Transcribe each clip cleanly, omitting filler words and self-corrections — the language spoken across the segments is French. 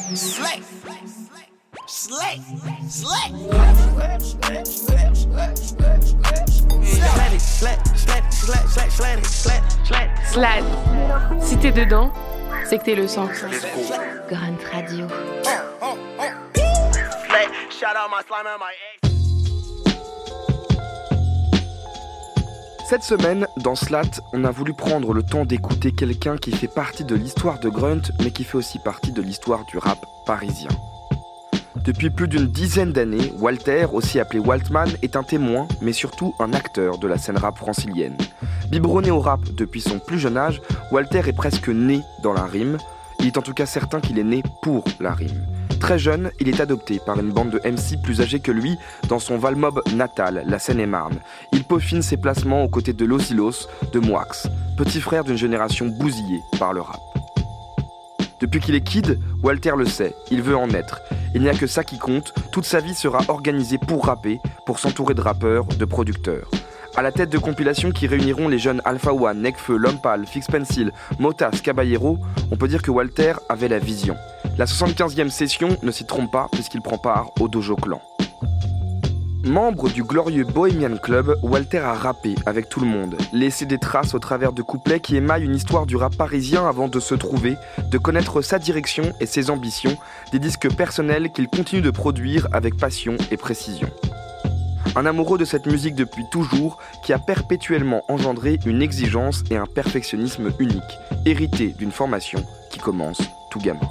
Slay. Slay. Slay. Slat. Si t'es dedans, c'est que t'es le sang. Grunt Radio. Cette semaine, dans Slat, on a voulu prendre le temps d'écouter quelqu'un qui fait partie de l'histoire de Grunt, mais qui fait aussi partie de l'histoire du rap parisien. Depuis plus d'une dizaine d'années, Walter, aussi appelé Waltman, est un témoin, mais surtout un acteur de la scène rap francilienne. Biberonné au rap depuis son plus jeune âge, Walter est presque né dans la rime. Il est en tout cas certain qu'il est né pour la rime. Très jeune, il est adopté par une bande de MC plus âgés que lui dans son Valmob natal, la Seine-et-Marne. Il peaufine ses placements aux côtés de Losilos, de Moix, petit frère d'une génération bousillée par le rap. Depuis qu'il est kid, Walter le sait, il veut en être. Il n'y a que ça qui compte, toute sa vie sera organisée pour rapper, pour s'entourer de rappeurs, de producteurs. À la tête de compilations qui réuniront les jeunes Alpha One, Nekfeu, Lompal, Fix Pencil, Motas, Caballero, on peut dire que Walter avait la vision. La 75e session ne s'y trompe pas puisqu'il prend part au Dojo Clan. Membre du glorieux Bohemian Club, Walter a rappé avec tout le monde, laissé des traces au travers de couplets qui émaillent une histoire du rap parisien avant de se trouver, de connaître sa direction et ses ambitions, des disques personnels qu'il continue de produire avec passion et précision. Un amoureux de cette musique depuis toujours qui a perpétuellement engendré une exigence et un perfectionnisme unique, hérité d'une formation qui commence tout gamin.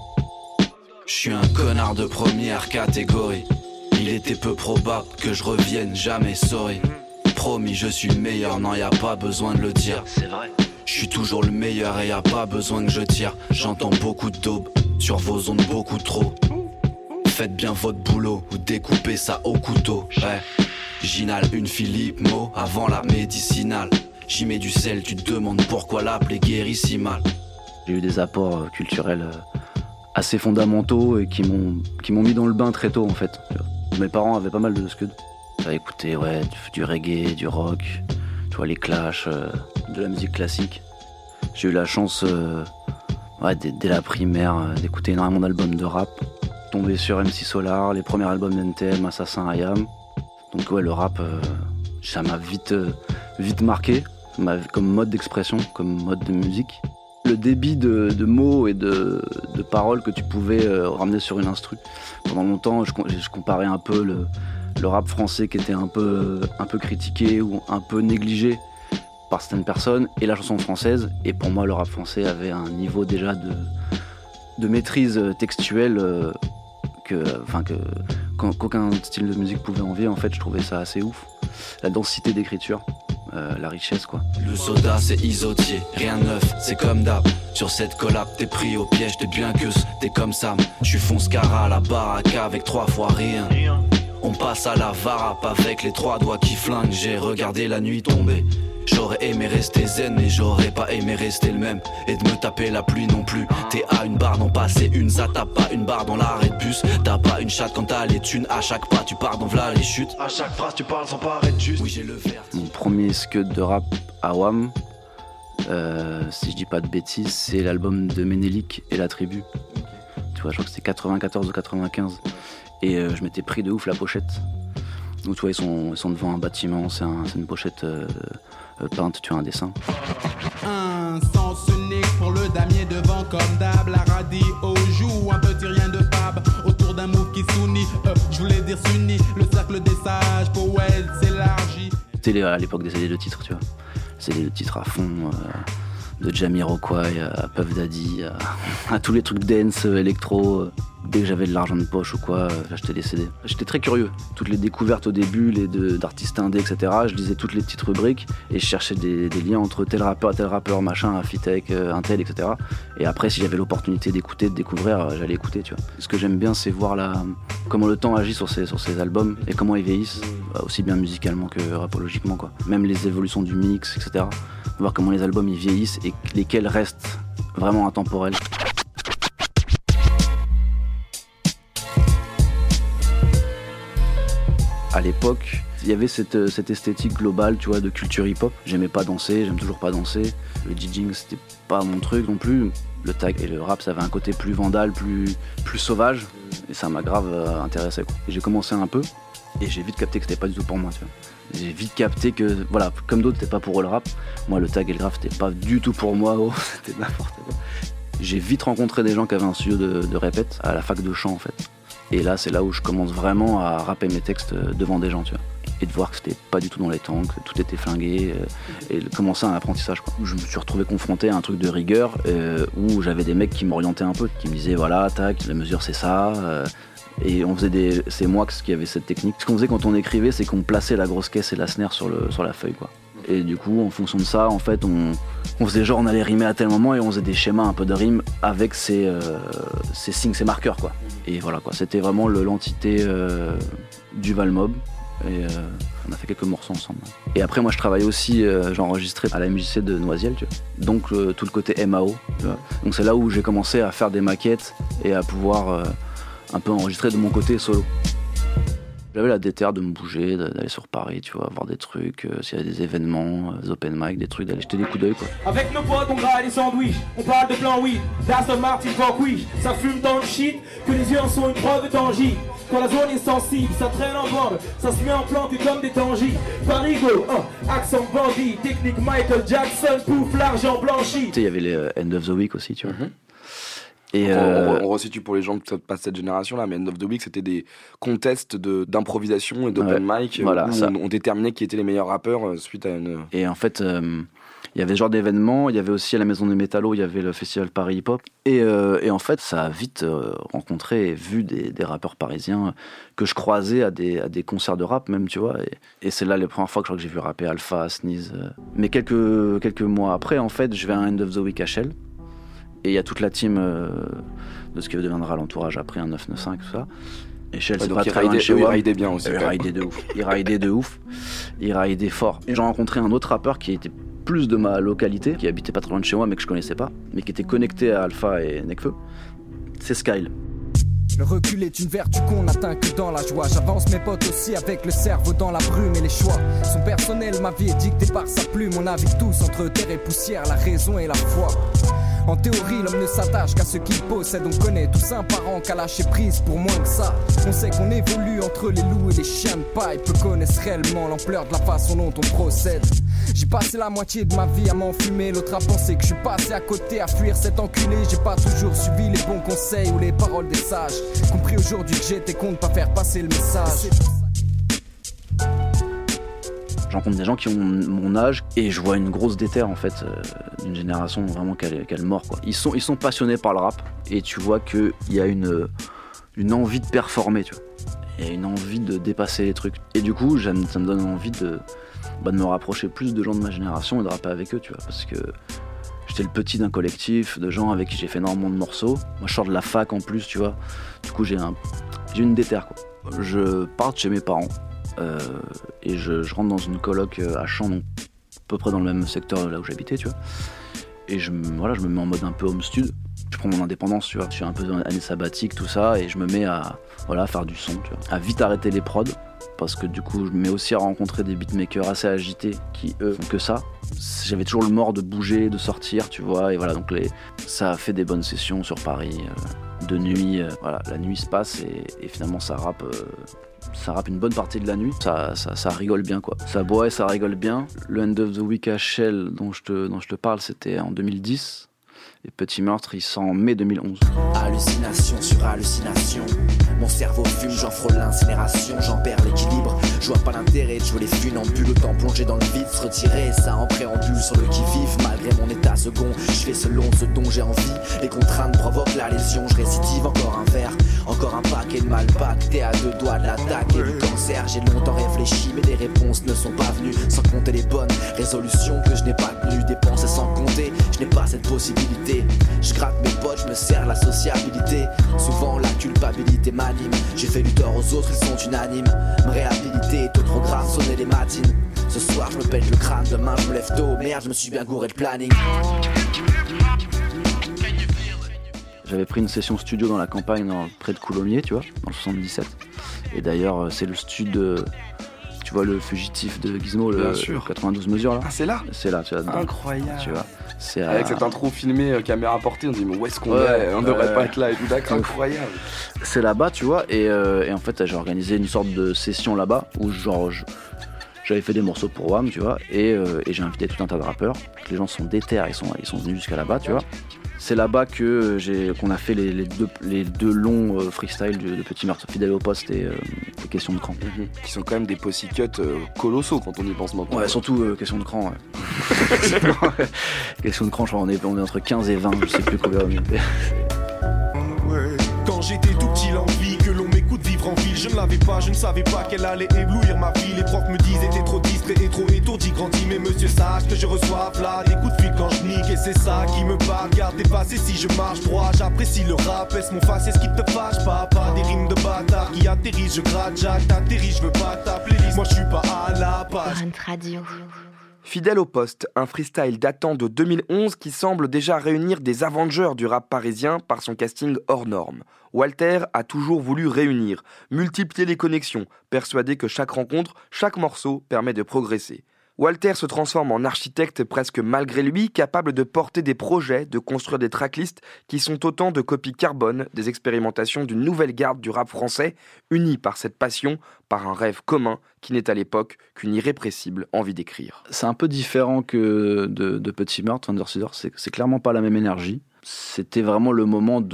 Je suis un connard de première catégorie. Il était peu probable que je revienne, jamais sorry. Promis, je suis le meilleur, non y a pas besoin de le dire. C'est vrai. Je suis toujours le meilleur et y a pas besoin que je tire. J'entends beaucoup de daubes, sur vos ondes beaucoup trop. Faites bien votre boulot ou découpez ça au couteau. Ouais. J'inhale une Philippe Mo avant la médicinale. J'y mets du sel, tu te demandes pourquoi l'appeler guérit si mal. J'ai eu des apports culturels assez fondamentaux et qui m'ont mis dans le bain très tôt en fait. Mes parents avaient pas mal de scud. J'avais écouté du reggae, du rock, tu vois, les Clash, de la musique classique. J'ai eu la chance dès la primaire d'écouter énormément d'albums de rap. Tombé sur MC Solar, les premiers albums d'NTM, Assassin, IAM. Donc ouais, le rap, ça m'a vite marqué comme mode d'expression, comme mode de musique. Le débit de mots et de paroles que tu pouvais ramener sur une instru. Pendant longtemps, je comparais un peu le rap français qui était un peu critiqué ou un peu négligé par certaines personnes et la chanson française. Et pour moi, le rap français avait un niveau déjà de maîtrise textuelle qu'aucun style de musique pouvait envier. En fait, je trouvais ça assez ouf. La densité d'écriture. La richesse quoi. Le soda c'est isotier, rien de neuf, c'est comme d'hab. Sur cette collab t'es pris au piège, t'es bien que t'es comme Sam. J'suis fonce-cara à la baraque avec 3 fois rien. On passe à la varap avec les 3 doigts qui flinguent. J'ai regardé la nuit tomber. J'aurais aimé rester zen mais j'aurais pas aimé rester le même. Et de me taper la pluie non plus. T'es à une barre d'en passer une, ça tape pas une barre dans l'arrêt de bus. T'as pas une chatte quand t'as les thunes. À chaque pas tu pars dans v'là les chutes. À chaque phrase tu parles sans paraître juste. Oui j'ai le verre. Mon premier scud de rap à WAM, si je dis pas de bêtises, c'est l'album de Ménélique et la tribu. Tu vois, je crois que c'était 94 ou 95. Et je m'étais pris de ouf la pochette. Donc tu vois, ils sont devant un bâtiment, c'est une pochette peinte, tu as un dessin. Un sens unique pour le damier devant comme d'hab. La radio joue un petit rien de fab autour d'un move qui s'unit. Je voulais dire s'unit, le cercle des sages, poètes s'élargit. C'était à l'époque des CD de titres, tu vois. CD de titres à fond, de Jamiroquai à Puff Daddy, à tous les trucs dance, électro. Dès que j'avais de l'argent de poche ou quoi, j'achetais des CD. J'étais très curieux. Toutes les découvertes au début, d'artistes indés, etc. Je lisais toutes les petites rubriques et je cherchais des liens entre tel rappeur, machin, un feat avec un tel, etc. Et après, si j'avais l'opportunité d'écouter, de découvrir, j'allais écouter, tu vois. Ce que j'aime bien, c'est voir comment le temps agit sur ces albums et comment ils vieillissent, aussi bien musicalement que rapologiquement, quoi. Même les évolutions du mix, etc. Voir comment les albums ils vieillissent et lesquels restent vraiment intemporels. À l'époque, il y avait cette esthétique globale, tu vois, de culture hip-hop. J'aimais pas danser, j'aime toujours pas danser. Le DJing, c'était pas mon truc non plus. Le tag et le rap, ça avait un côté plus vandale, plus sauvage. Et ça m'a grave intéressé, quoi. Et j'ai commencé un peu, et j'ai vite capté que c'était pas du tout pour moi, tu vois. J'ai vite capté que, voilà, comme d'autres, c'était pas pour eux le rap. Moi, le tag et le graphe, c'était pas du tout pour moi, oh, c'était n'importe quoi. J'ai vite rencontré des gens qui avaient un studio de répète à la fac de chant, en fait. Et là, c'est là où je commence vraiment à rapper mes textes devant des gens, tu vois. Et de voir que c'était pas du tout dans les temps, que tout était flingué, et commencer un apprentissage, quoi. Je me suis retrouvé confronté à un truc de rigueur, où j'avais des mecs qui m'orientaient un peu, qui me disaient, voilà, tac, la mesure c'est ça, et on faisait c'est moi qui avait cette technique. Ce qu'on faisait quand on écrivait, c'est qu'on plaçait la grosse caisse et la snare sur la feuille, quoi. Et du coup, en fonction de ça, en fait, on faisait genre on allait rimer à tel moment et on faisait des schémas un peu de rime avec ces signes, ces marqueurs, quoi. Et voilà, quoi. C'était vraiment l'entité du Valmob. Et on a fait quelques morceaux ensemble. Et après, moi, je travaille aussi, j'ai enregistré à la MJC de Noisiel, tu vois. Donc tout le côté MAO, tu vois. Donc c'est là où j'ai commencé à faire des maquettes et à pouvoir un peu enregistrer de mon côté solo. J'avais la déterre de me bouger, d'aller sur Paris, tu vois, voir des trucs, s'il y a des événements, des open mic, des trucs, d'aller jeter des coups d'œil, quoi. Avec nos potes, on graille des sandwichs, on parle de plan weed, d'Aston Martin Vanquish, ça fume dans le shit, que les yeux en sont une preuve tangible. Quand la zone est sensible, ça traîne en bande, ça se met en planque comme des tangies. Parigo, accent bandit, technique Michael Jackson, pouf, l'argent blanchi. Tu sais, il y avait les End of the Week aussi, tu vois. Et on resitue pour les gens qui ne pas cette génération-là, mais End of the Week, c'était des contests d'improvisation et d'open mic, voilà, où on déterminait qui étaient les meilleurs rappeurs suite à une... Et en fait, il y avait ce genre d'événements, il y avait aussi à la Maison des Métallos, il y avait le festival Paris Hip Hop, et en fait, ça a vite rencontré et vu des rappeurs parisiens que je croisais à des concerts de rap même, tu vois, et c'est là les premières fois que je crois que j'ai vu rapper Alpha, Sneeze. Mais quelques mois après, en fait, je vais à un End of the Week à Shell. Et il y a toute la team de ce qui deviendra l'entourage après, un 995, tout ça. Et Shell, c'est pas très loin de chez moi. Il raidait bien aussi. Il raidait de ouf. Il raidait fort. Et j'ai rencontré un autre rappeur qui était plus de ma localité, qui habitait pas très loin de chez moi, mais que je connaissais pas, mais qui était connecté à Alpha et Nekfeu. C'est Skyle. Le recul est une vertu qu'on n'atteint que dans la joie. J'avance mes potes aussi avec le cerveau dans la brume et les choix sont personnels, ma vie est dictée par sa plume. On navigue tous entre terre et poussière, la raison et la foi. En théorie, l'homme ne s'attache qu'à ce qu'il possède. On connaît tous un parent qu'à lâcher prise pour moins que ça. On sait qu'on évolue entre les loups et les chiens de paille. Peu connaissent réellement l'ampleur de la façon dont on procède. J'ai passé la moitié de ma vie à m'enfumer, l'autre à penser que je suis passé à côté, à fuir cet enculé. J'ai pas toujours suivi les bons conseils ou les paroles des sages. Compris aujourd'hui que j'étais con de pas faire passer le message. Je rencontre des gens qui ont mon âge et je vois une grosse déterre en fait d'une génération vraiment qu'elle mord, quoi. Ils sont passionnés par le rap et tu vois qu'il y a une envie de performer, tu vois. Il y a une envie de dépasser les trucs. Et du coup, ça me donne envie de me rapprocher plus de gens de ma génération et de rapper avec eux, tu vois. Parce que j'étais le petit d'un collectif de gens avec qui j'ai fait énormément de morceaux. Moi, je sors de la fac en plus, tu vois. Du coup, j'ai une déterre, quoi. Je pars de chez mes parents. Et je rentre dans une coloc à Champ, donc à peu près dans le même secteur là où j'habitais, tu vois. Et je me mets en mode un peu home stud. Je prends mon indépendance, tu vois. Je suis un peu dans l'année sabbatique, tout ça, et je me mets à faire du son, tu vois. À vite arrêter les prods, parce que du coup, je me mets aussi à rencontrer des beatmakers assez agités qui, eux, font que ça. J'avais toujours le mort de bouger, de sortir, tu vois, et voilà, donc ça a fait des bonnes sessions sur Paris, de nuit, voilà, la nuit se passe, et finalement, ça rappe une bonne partie de la nuit, ça rigole bien, quoi. Ça boit et ça rigole bien. Le End of the Week à Shell dont je te parle, c'était en 2010. Et Petit Meurtre, il sort en mai 2011. Hallucination sur hallucination. Mon cerveau fume, j'en frôle l'incinération. J'en perds l'équilibre, je vois pas l'intérêt de jouer les funambules. Autant plonger dans le vide, se retirer, ça en préambule sur le qui-vive. Malgré mon état second, je fais selon ce dont j'ai envie. Les contraintes provoquent la lésion, je récidive encore un verre. Encore un paquet de mal pacté à 2 doigts de l'attaque et du cancer. J'ai longtemps réfléchi mais les réponses ne sont pas venues. Sans compter les bonnes résolutions que je n'ai pas tenues. Dépenser sans compter, je n'ai pas cette possibilité. Je gratte mes potes, je me sers la sociabilité. Souvent la culpabilité m'anime. J'ai fait du tort aux autres, ils sont unanimes. Me réhabiliter, te programme, sonner les matines. Ce soir je me pète le crâne, demain je me lève tôt. Merde, je me suis bien gouré de planning. J'avais pris une session studio dans la campagne, près de Coulommiers, tu vois, dans le 77. Et d'ailleurs, c'est le studio tu vois le fugitif de Gizmo, le 92 mesures là. Ah, c'est là. C'est là, tu vois. Incroyable. Tu vois. C'est avec cette intro filmée, caméra portée, on dit mais où est-ce qu'on est ? On devrait pas être là et tout. D'accord, incroyable. C'est là-bas, tu vois, et en fait j'ai organisé une sorte de session là-bas où j'avais fait des morceaux pour WAM, tu vois, et j'ai invité tout un tas de rappeurs. Les gens sont déter, ils sont venus jusqu'à là-bas, tu vois. C'est là-bas qu'on a fait les deux longs freestyle de Petit Meurtre, Fidèle au poste et Question de cran. Qui sont quand même des pussycuts colossaux quand on y pense maintenant. Ouais, surtout Question de cran. Ouais. Question de cran, je crois on est entre 15 et 20, je sais plus combien. Quand j'étais tout petit, l'envie que l'on m'écoute vivre en ville, je ne l'avais pas, je ne savais pas qu'elle allait éblouir ma vie. Les profs me disaient t'es trop distrait et trop étourdi, grandi, mais monsieur sache que je reçois là des coups de fil quand je nique et c'est ça qui me parle. Garde dépassé si je marche droit, j'apprécie le rap, est-ce mon face, est-ce qui te fâche pas des rimes de bâtard qui atterrissent, je gratte, Jack, t'atterris, je veux pas t'appeler, moi je suis pas à la page. Grunt Radio. Fidèle au poste, un freestyle datant de 2011 qui semble déjà réunir des Avengers du rap parisien par son casting hors norme. Walter a toujours voulu réunir, multiplier les connexions, persuadé que chaque rencontre, chaque morceau permet de progresser. Walter se transforme en architecte presque malgré lui, capable de porter des projets, de construire des tracklists qui sont autant de copies carbone des expérimentations d'une nouvelle garde du rap français, unie par cette passion, par un rêve commun qui n'est à l'époque qu'une irrépressible envie d'écrire. C'est un peu différent que de Petit Meurtre, Underseaser, c'est clairement pas la même énergie. C'était vraiment le moment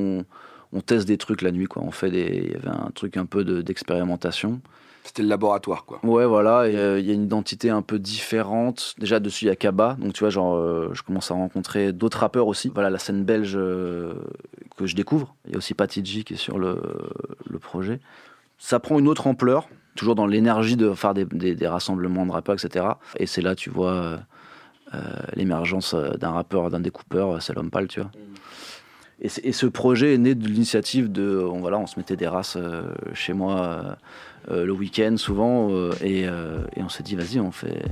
on teste des trucs la nuit, quoi. Il y avait un truc un peu d'expérimentation. C'était le laboratoire, quoi. Ouais, voilà, il y a une identité un peu différente. Déjà, dessus, il y a Kaba, donc tu vois, je commence à rencontrer d'autres rappeurs aussi. Voilà, la scène belge que je découvre. Il y a aussi Patidji qui est sur le projet. Ça prend une autre ampleur, toujours dans l'énergie de faire des rassemblements de rappeurs, etc. Et c'est là, tu vois, l'émergence d'un rappeur, d'un découpeur, c'est l'homme pâle, tu vois. Et ce projet est né de l'initiative on se mettait des races chez moi le week-end souvent et on s'est dit vas-y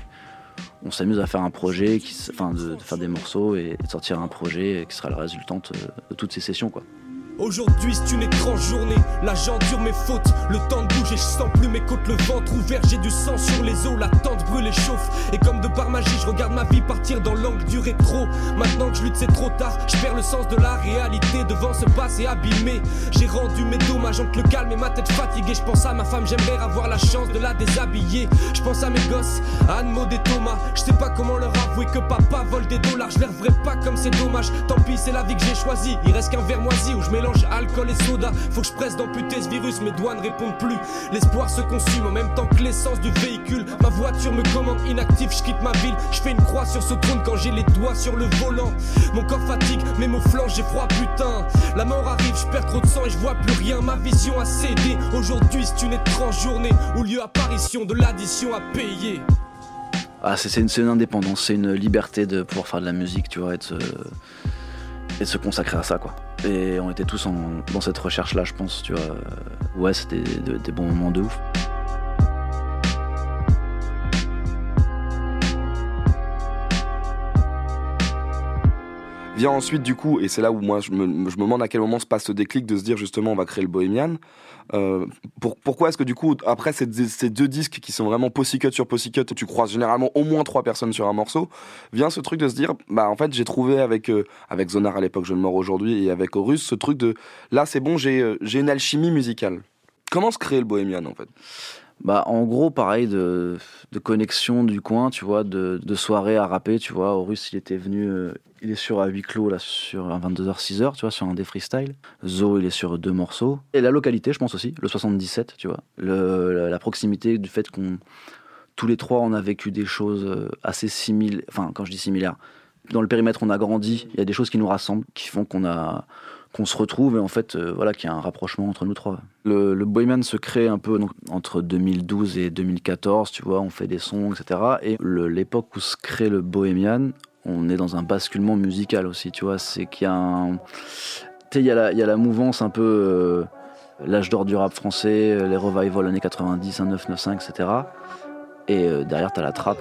on s'amuse à faire un projet, de faire des morceaux et de sortir un projet qui sera la résultante de toutes ces sessions, quoi. Aujourd'hui c'est une étrange journée, là j'endure mes fautes. Le temps de bouger, je sens plus mes côtes, le ventre ouvert, j'ai du sang sur les os, la tente brûle et chauffe. Et comme de par magie, je regarde ma vie partir dans l'angle du rétro. Maintenant que je lutte c'est trop tard, je perds le sens de la réalité devant ce passé abîmé. J'ai rendu mes dommages entre le calme et ma tête fatiguée. Je pense à ma femme, j'aimerais avoir la chance de la déshabiller. Je pense à mes gosses, à Anne, Maud et Thomas. Je sais pas comment leur avouer que papa vole des dollars. Je les reverrai pas comme c'est dommage, tant pis c'est la vie que j'ai choisie. Il reste qu'un verre moisi où je mélange alcool et soda. Faut que je presse d'amputer ce virus, mes doigts ne répondent plus. L'espoir se consume en même temps que l'essence du véhicule. Ma voiture me commande inactif, je quitte ma ville. Je fais une croix sur ce trône quand j'ai les doigts sur le volant. Mon corps fatigue, mes mots flanchent, j'ai froid, putain. La mort arrive, je perds trop de sang et je vois plus rien. Ma vision a cédé. Aujourd'hui c'est une étrange journée où lieu apparition de l'addition à payer. Ah, c'est une indépendance, c'est une liberté de pouvoir faire de la musique, tu vois, et de se consacrer à ça, quoi. Et on était tous dans cette recherche-là, je pense, tu vois. Ouais, c'était des bons moments de ouf. Vient ensuite du coup, et c'est là où moi je me demande à quel moment se passe ce déclic de se dire justement on va créer le Bohemian. Pourquoi est-ce que du coup après ces deux disques qui sont vraiment Pussycut sur Pussycut, tu croises généralement au moins 3 personnes sur un morceau, vient ce truc de se dire bah en fait j'ai trouvé avec Zonar à l'époque, je le mords aujourd'hui, et avec Horus, ce truc de là c'est bon, j'ai une alchimie musicale. Comment se crée le Bohemian en fait? Bah en gros pareil de connexion du coin, tu vois, de soirée à rapper, tu vois. Horus il était venu, il est sur à huis clos là sur un 22h 6h, tu vois, sur un des freestyles. Zo il est sur 2 morceaux. Et la localité je pense aussi, le 77, tu vois. La proximité du fait qu'on tous les trois on a vécu des choses assez similaires, enfin quand je dis similaires, dans le périmètre on a grandi, il y a des choses qui nous rassemblent, qui font qu'on se retrouve et en fait voilà qu'il y a un rapprochement entre nous trois. Le Bohemian se crée un peu donc, entre 2012 et 2014, tu vois, on fait des sons, etc. Et l'époque où se crée le Bohemian, on est dans un basculement musical aussi, tu vois, c'est qu'il y a il y a la mouvance un peu l'âge d'or du rap français, les revivals années 90, 19, 95, etc. Et derrière t'as la trappe.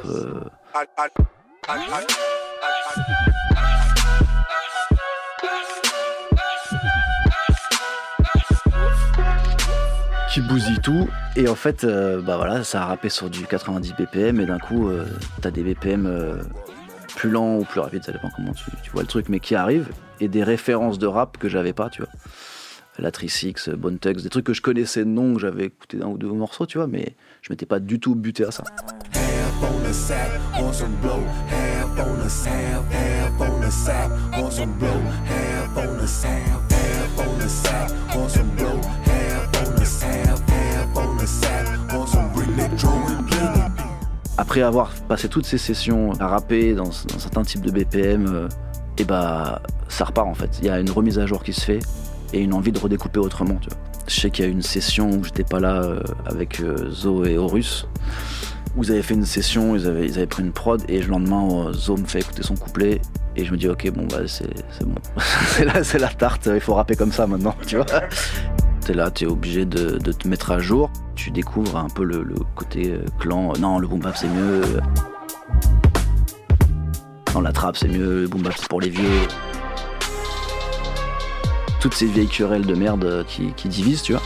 qui bousille tout. Et en fait, bah voilà, ça a rappé sur du 90 BPM et d'un coup, t'as des BPM plus lents ou plus rapides, ça dépend comment tu vois le truc, mais qui arrivent, et des références de rap que j'avais pas, tu vois. Latrix, Bone Thugs, des trucs que je connaissais de nom, que j'avais écouté d'un ou deux morceaux, tu vois, mais je m'étais pas du tout buté à ça. Après avoir passé toutes ces sessions à rapper dans certains types de BPM, et bah ça repart en fait. Il y a une remise à jour qui se fait et une envie de redécouper autrement, tu vois. Je sais qu'il y a eu une session où j'étais pas là avec Zo et Horus, où ils avaient fait une session, ils avaient pris une prod, et le lendemain Zo me fait écouter son couplet et je me dis ok, bon bah c'est bon, c'est la tarte, il faut rapper comme ça maintenant, tu vois. T'es là, t'es obligé de te mettre à jour, tu découvres un peu le côté clan, non le boom bap c'est mieux, non la trap c'est mieux, le boom bap c'est pour les vieux. Toutes ces vieilles querelles de merde qui divisent, tu vois.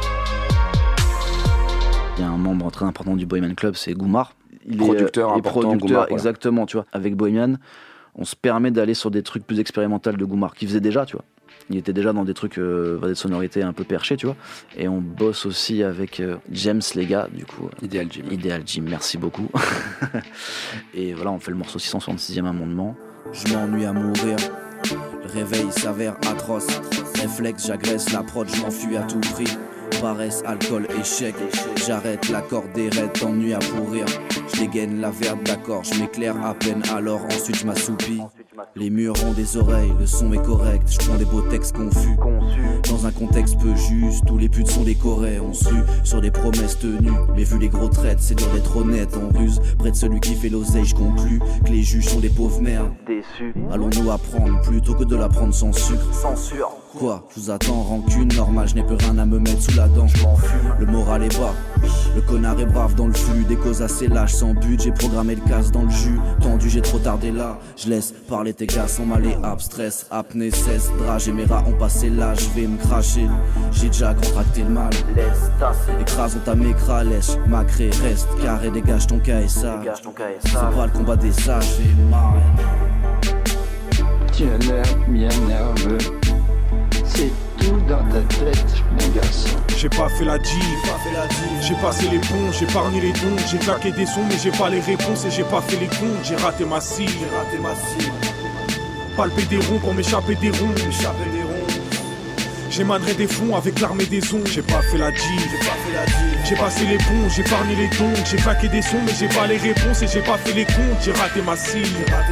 Il y a un membre très important du Bohemian Club, c'est Goumar. Il producteur est important, producteur, Goumar, exactement, tu vois. Avec Bohemian, on se permet d'aller sur des trucs plus expérimentaux de Goumar, qu'il faisait déjà, tu vois. Il était déjà dans des trucs, des sonorités un peu perchées, tu vois. Et on bosse aussi avec James, les gars, du coup. Ideal Jim, merci beaucoup. Et voilà, on fait le morceau 666e amendement. Je m'ennuie à mourir. Le réveil s'avère atroce. Réflexe, j'agresse la prod, je m'enfuis à tout prix. Paresse, alcool, échec. J'arrête l'accord des raids, t'ennuie à pourrir. Je dégaine la verbe d'accord, je m'éclaire à peine alors ensuite je m'assoupis. Les murs ont des oreilles, le son est correct. Je prends des beaux textes confus. Dans un contexte peu juste, tous les putes sont décorés. On sue sur des promesses tenues. Mais vu les gros traites, c'est dur d'être honnête. On ruse près de celui qui fait l'oseille, je conclus que les juges sont des pauvres merdes. Déçus. Allons-nous apprendre plutôt que de la prendre sans sucre. Censure. Quoi, je vous attends, rancune, normal, je n'ai plus rien à me mettre sous la dent. Le moral est bas, le connard est brave dans le flux. Des causes assez lâches, sans but, j'ai programmé le casse dans le jus. Tendu, j'ai trop tardé là, je laisse parler tes gars sans malléable. Stress, apnée, cesse, drage et mes rats ont passé là. Je vais me cracher, j'ai déjà contracté le mal. Laisse tasser, écrasons ta mécra, lèche, macré, reste carré, dégage ton KSA. C'est pas le combat des sages, j'ai marre. Tu as l'air bien nerveux. C'est tout dans ta tête, mon garçon. J'ai pas fait la G, j'ai passé les ponts, j'ai épargné les dons. J'ai claqué des sons mais j'ai pas les réponses et j'ai pas fait les cons. J'ai raté ma cible, palpé des ronds pour m'échapper des ronds. J'émanerai des fonds avec l'armée des ondes. J'ai pas fait la G, j'ai passé les ponts, j'ai épargné les dons. J'ai claqué des sons mais j'ai pas les réponses et j'ai pas fait les cons. J'ai raté ma cible,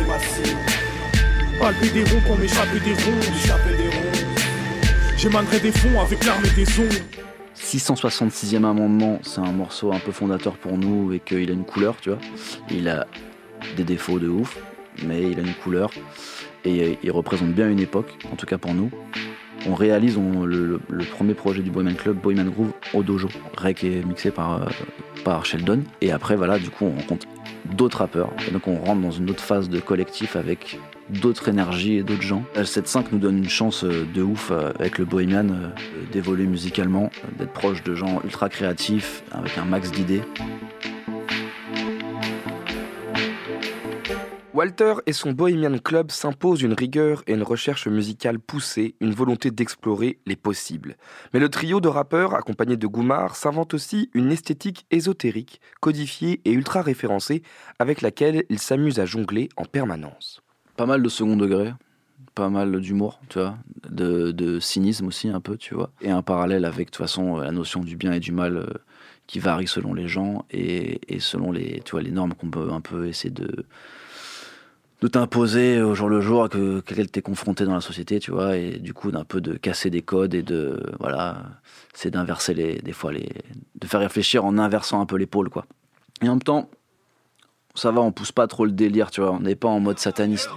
palpé des ronds pour m'échapper des ronds. J'émanerai des fonds avec l'armée des ondes. 666e amendement, c'est un morceau un peu fondateur pour nous et qu'il a une couleur, tu vois. Il a des défauts de ouf, mais il a une couleur et il représente bien une époque, en tout cas pour nous. On réalise le premier projet du Bohemian Club, Bohemian Groove, au dojo. Rec est mixé par Sheldon. Et après, voilà, du coup, on rencontre d'autres rappeurs. Et donc, on rentre dans une autre phase de collectif avec d'autres énergies et d'autres gens. L75 nous donne une chance de ouf avec le Bohemian d'évoluer musicalement, d'être proche de gens ultra créatifs, avec un max d'idées. Walter et son Bohemian Club s'imposent une rigueur et une recherche musicale poussée, une volonté d'explorer les possibles. Mais le trio de rappeurs, accompagné de Goumar, s'invente aussi une esthétique ésotérique, codifiée et ultra référencée, avec laquelle ils s'amusent à jongler en permanence. Pas mal de second degré, pas mal d'humour, tu vois, de cynisme aussi un peu, tu vois. Et un parallèle avec, de toute façon, la notion du bien et du mal qui varie selon les gens et selon les normes qu'on peut un peu essayer de t'imposer au jour le jour, qu'elle t'est confronté dans la société, tu vois, et du coup d'un peu de casser des codes et c'est d'inverser de faire réfléchir en inversant un peu les pôles, quoi. Et en même temps, ça va, on pousse pas trop le délire, tu vois, on n'est pas en mode sataniste.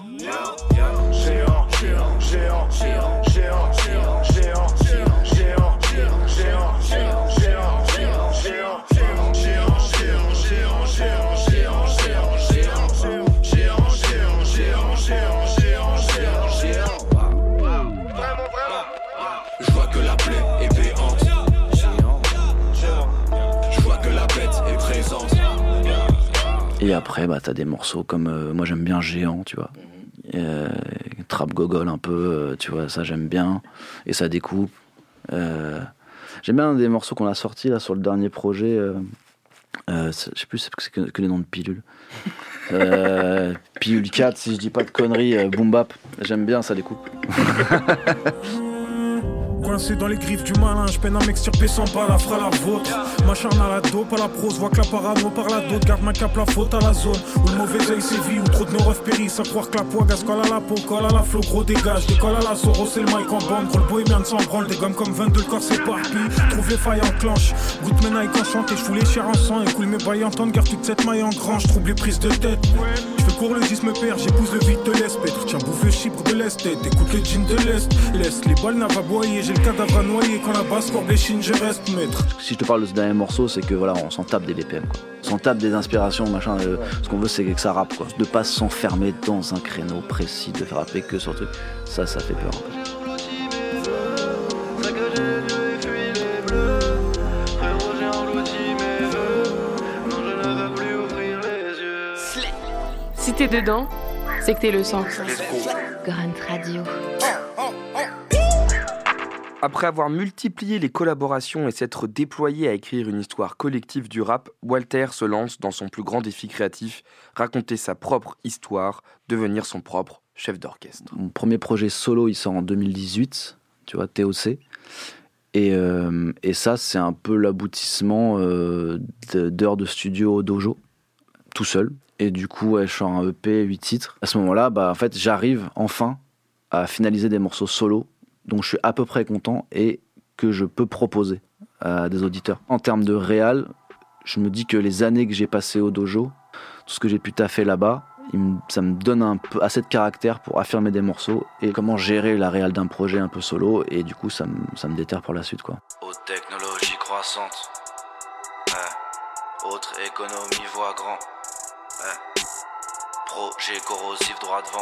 Et après, t'as des morceaux comme, moi j'aime bien Géant, tu vois. Trap gogol un peu, tu vois, ça j'aime bien. Et ça découpe. J'aime bien des morceaux qu'on a sortis là sur le dernier projet. Je sais plus, c'est que les noms de pilules. Pilule 4, si je dis pas de conneries, Boom Bap. J'aime bien, ça découpe. Coincé dans les griffes du malin, je peine à m'extirper sans pas la fera la vôtre. M'acharne à la dope, à la prose, vois que la parano par la dote. Garde ma cape, la faute à la zone où le mauvais œil sévit, où trop de nos refs périssent. À croire que la poids gaz colle à la peau, colle à la flow, gros dégage. Décolle à la Zoro, c'est le mic en bande. Gros le bohémien sans branle, des gommes comme 22, le corps s'éparpille. Trouve les failles en clenche, goûte mes nailles enchanté. Je fous les chairs en sang et coule mes bails en temps. Garde toute cette maille en grange, trouble les prises de tête. Je fais court le 10 me perd, j'épouse le vide de l'espètre. Tiens, bouffe le chibre de l'esthète, écoute le jean de l'Est. Laisse les balles n'avaboyer, j'ai le cadavre à noyer. Quand la basse corde les chines, je reste maître. Si je te parle de ce dernier morceau, c'est que voilà, on s'en tape des BPM, quoi. On s'en tape des inspirations, machin. Ce qu'on veut, c'est que ça rappe, quoi. De pas s'enfermer dans un créneau précis, de faire rapper que sur le truc. Ça fait peur, en fait. Si t'es dedans, c'est que t'es le sens. Grunt Radio. Après avoir multiplié les collaborations et s'être déployé à écrire une histoire collective du rap, Walter se lance dans son plus grand défi créatif, raconter sa propre histoire, devenir son propre chef d'orchestre. Mon premier projet solo, il sort en 2018, tu vois, TOC. Et ça, c'est un peu l'aboutissement d'heures de studio au dojo, tout seul. Et du coup, je sors un EP, 8 titres. À ce moment-là, en fait, j'arrive enfin à finaliser des morceaux solo dont je suis à peu près content et que je peux proposer à des auditeurs. En termes de réal, je me dis que les années que j'ai passées au dojo, tout ce que j'ai pu taffer là-bas, ça me donne un peu assez de caractère pour affirmer des morceaux et comment gérer la réal d'un projet un peu solo, et du coup ça me déterre pour la suite, quoi. Haute technologie croissante, autre économie voit grand, projet corrosif droit devant,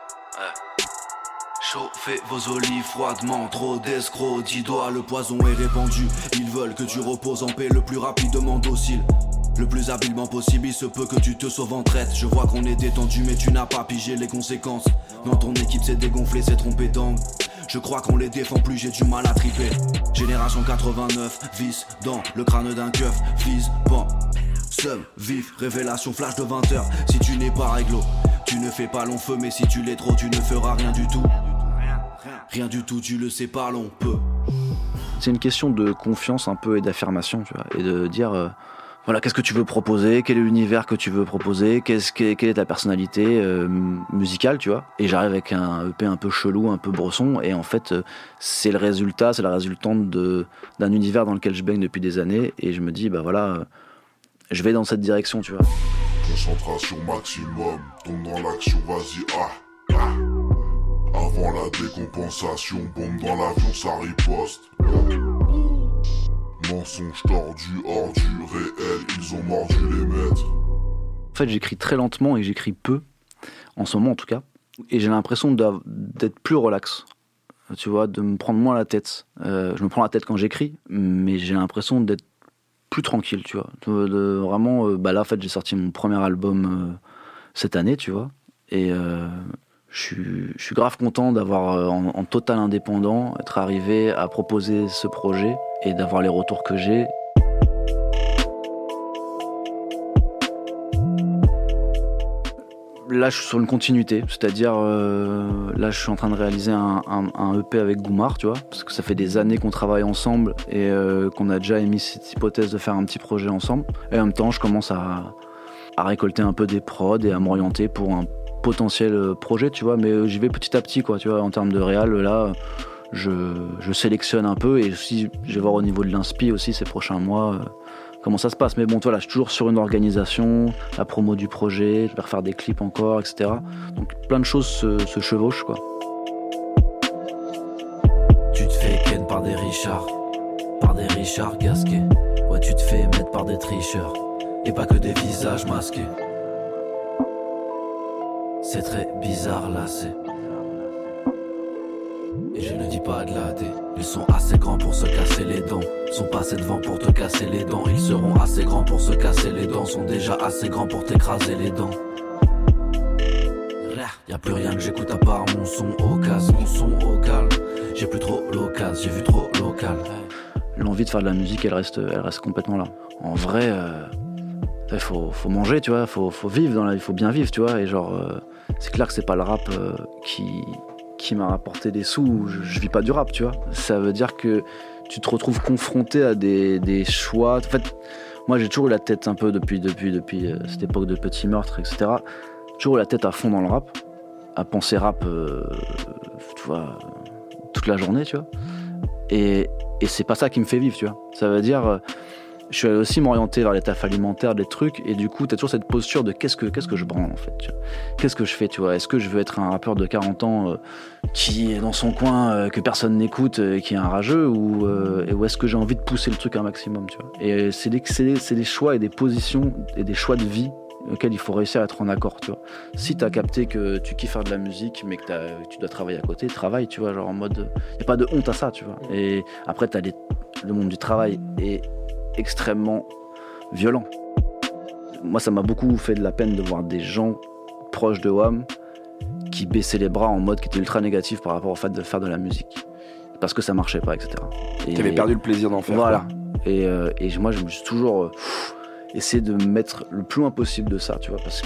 chauffez vos olives froidement, trop d'escrocs, 10 doigts, le poison est répandu. Ils veulent que tu reposes en paix le plus rapidement docile, le plus habilement possible. Il se peut que tu te sauves en traite. Je vois qu'on est détendu mais tu n'as pas pigé les conséquences. Dans ton équipe c'est dégonflé, c'est trompé d'angle. Je crois qu'on les défend plus, j'ai du mal à triper. Génération 89, vis dans le crâne d'un keuf. Fils, pan, seum, vif, révélation flash de 20h. Si tu n'es pas réglo, tu ne fais pas long feu. Mais si tu l'es trop, tu ne feras rien du tout. Rien du tout, tu le sais, parlons peu. C'est une question de confiance un peu et d'affirmation, tu vois, et de dire voilà, qu'est-ce que tu veux proposer, quel est l'univers que tu veux proposer, quelle est ta personnalité musicale, tu vois. Et j'arrive avec un EP un peu chelou, un peu bresson, et en fait c'est la résultante d'un univers dans lequel je baigne depuis des années, et je me dis je vais dans cette direction, tu vois. Concentration maximum, tombe dans l'action, vas-y, Avant la décompensation, bombe dans l'avion, ça riposte. Mensonge tordu, hors du réel, ils ont mordu les maîtres. En fait, j'écris très lentement et j'écris peu, en ce moment en tout cas. Et j'ai l'impression d'être plus relax, tu vois, de me prendre moins la tête. Je me prends la tête quand j'écris, mais j'ai l'impression d'être plus tranquille, tu vois. Vraiment, là en fait, j'ai sorti mon premier album cette année, tu vois. Et je suis grave content d'avoir, en total indépendant, être arrivé à proposer ce projet et d'avoir les retours que j'ai. Là, je suis sur une continuité, c'est-à-dire, là, je suis en train de réaliser un EP avec Goumar, tu vois, parce que ça fait des années qu'on travaille ensemble et qu'on a déjà émis cette hypothèse de faire un petit projet ensemble. Et en même temps, je commence à récolter un peu des prods et à m'orienter pour un potentiel projet, tu vois, mais j'y vais petit à petit, quoi, tu vois, en termes de réal, là, je sélectionne un peu, et aussi, je vais voir au niveau de l'inspi aussi ces prochains mois comment ça se passe. Mais bon, voilà, je suis toujours sur une organisation, la promo du projet, je vais refaire des clips encore, etc. Donc plein de choses se chevauchent, quoi. Tu te fais ken par des Richards gasqués. Ouais, tu te fais mettre par des tricheurs, et pas que des visages masqués. C'est très bizarre là, c'est. Et je ne dis pas de la D, Ils sont assez grands pour se casser les dents. Sont passés devant pour te casser les dents. Ils seront assez grands pour se casser les dents. Sont déjà assez grands pour t'écraser les dents. Y'a plus rien que j'écoute à part mon son au casque, mon son au calme. J'ai plus trop l'occasion, j'ai vu trop local. L'envie de faire de la musique, elle reste complètement là. En vrai, il faut manger, tu vois, faut vivre dans la vie, il faut bien vivre, tu vois. Et genre, c'est clair que c'est pas le rap qui m'a rapporté des sous. Je vis pas du rap, tu vois. Ça veut dire que tu te retrouves confronté à des choix. En fait, moi j'ai toujours eu la tête un peu depuis cette époque de Petit Meurtre, etc. Toujours eu la tête à fond dans le rap, à penser rap, tu vois, toute la journée, tu vois. Et c'est pas ça qui me fait vivre, tu vois. Ça veut dire, je suis allé aussi m'orienter vers les tafs alimentaires, des trucs, et du coup, t'as toujours cette posture de qu'est-ce que je branle, en fait, tu vois. Qu'est-ce que je fais, tu vois. Est-ce que je veux être un rappeur de 40 ans qui est dans son coin, que personne n'écoute, qui est un rageux, ou est-ce que j'ai envie de pousser le truc un maximum, tu vois. Et c'est des choix et des positions et des choix de vie auquel il faut réussir à être en accord, tu vois. Si t'as capté que tu kiffes faire de la musique, mais que tu dois travailler à côté, travaille, tu vois, genre en mode... Y a pas de honte à ça, tu vois. Et après, le monde du travail est extrêmement violent. Moi, ça m'a beaucoup fait de la peine de voir des gens proches de WAM qui baissaient les bras en mode qui était ultra négatif par rapport au fait de faire de la musique. Parce que ça marchait pas, etc. Qui avait perdu le plaisir d'en faire. Voilà. Et moi, je me suis toujours... essayer de me mettre le plus loin possible de ça, tu vois, parce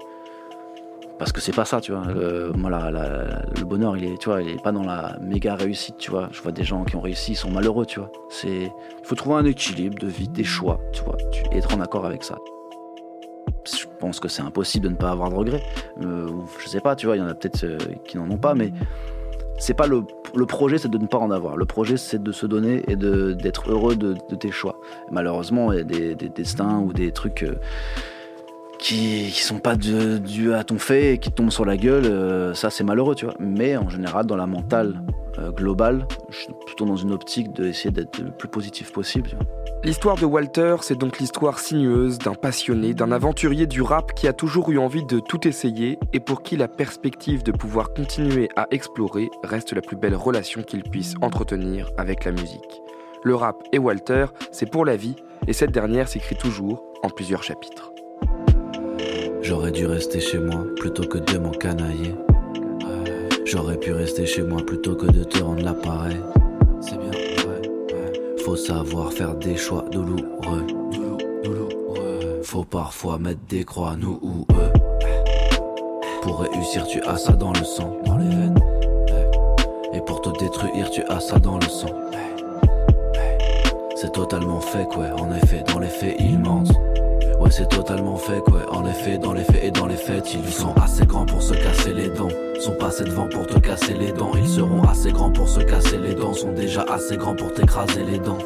que c'est pas ça, tu vois. Moi, le bonheur, il est pas dans la méga réussite, tu vois. Je vois des gens qui ont réussi, ils sont malheureux, tu vois. Il faut trouver un équilibre de vie, des choix, tu vois, et être en accord avec ça. Je pense que c'est impossible de ne pas avoir de regrets. Je sais pas, tu vois, il y en a peut-être qui n'en ont pas, mais c'est pas le projet, c'est de ne pas en avoir. Le projet, c'est de se donner et d'être heureux de tes choix. Et malheureusement, il y a des destins ou des trucs qui sont pas dus à ton fait et qui tombent sur la gueule. Ça, c'est malheureux, tu vois. Mais en général, dans la mentale globale, je suis plutôt dans une optique d'essayer d'être le plus positif possible, tu vois. L'histoire de Walter, c'est donc l'histoire sinueuse d'un passionné, d'un aventurier du rap qui a toujours eu envie de tout essayer et pour qui la perspective de pouvoir continuer à explorer reste la plus belle relation qu'il puisse entretenir avec la musique. Le rap et Walter, c'est pour la vie et cette dernière s'écrit toujours en plusieurs chapitres. J'aurais dû rester chez moi plutôt que de m'encanailler. J'aurais pu rester chez moi plutôt que de te rendre l'appareil. C'est bien, ouais. Faut savoir faire des choix douloureux. Faut parfois mettre des croix, nous ou eux. Pour réussir, tu as ça dans le sang, dans les veines. Et pour te détruire, tu as ça dans le sang. C'est totalement fake, ouais, en effet, dans les faits, ils mentent. Ouais, c'est totalement fake, ouais, en effet, dans les faits et dans les faits, ils sont assez grands pour se casser les dents. Sont passés devant pour te casser les dents. Ils seront assez grands pour se casser les dents. Sont déjà assez grands pour t'écraser les dents.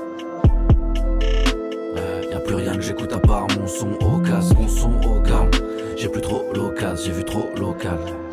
Y'a plus rien que j'écoute à part mon son au casque, mon son au calme. J'ai plus trop l'occasion, j'ai vu trop local.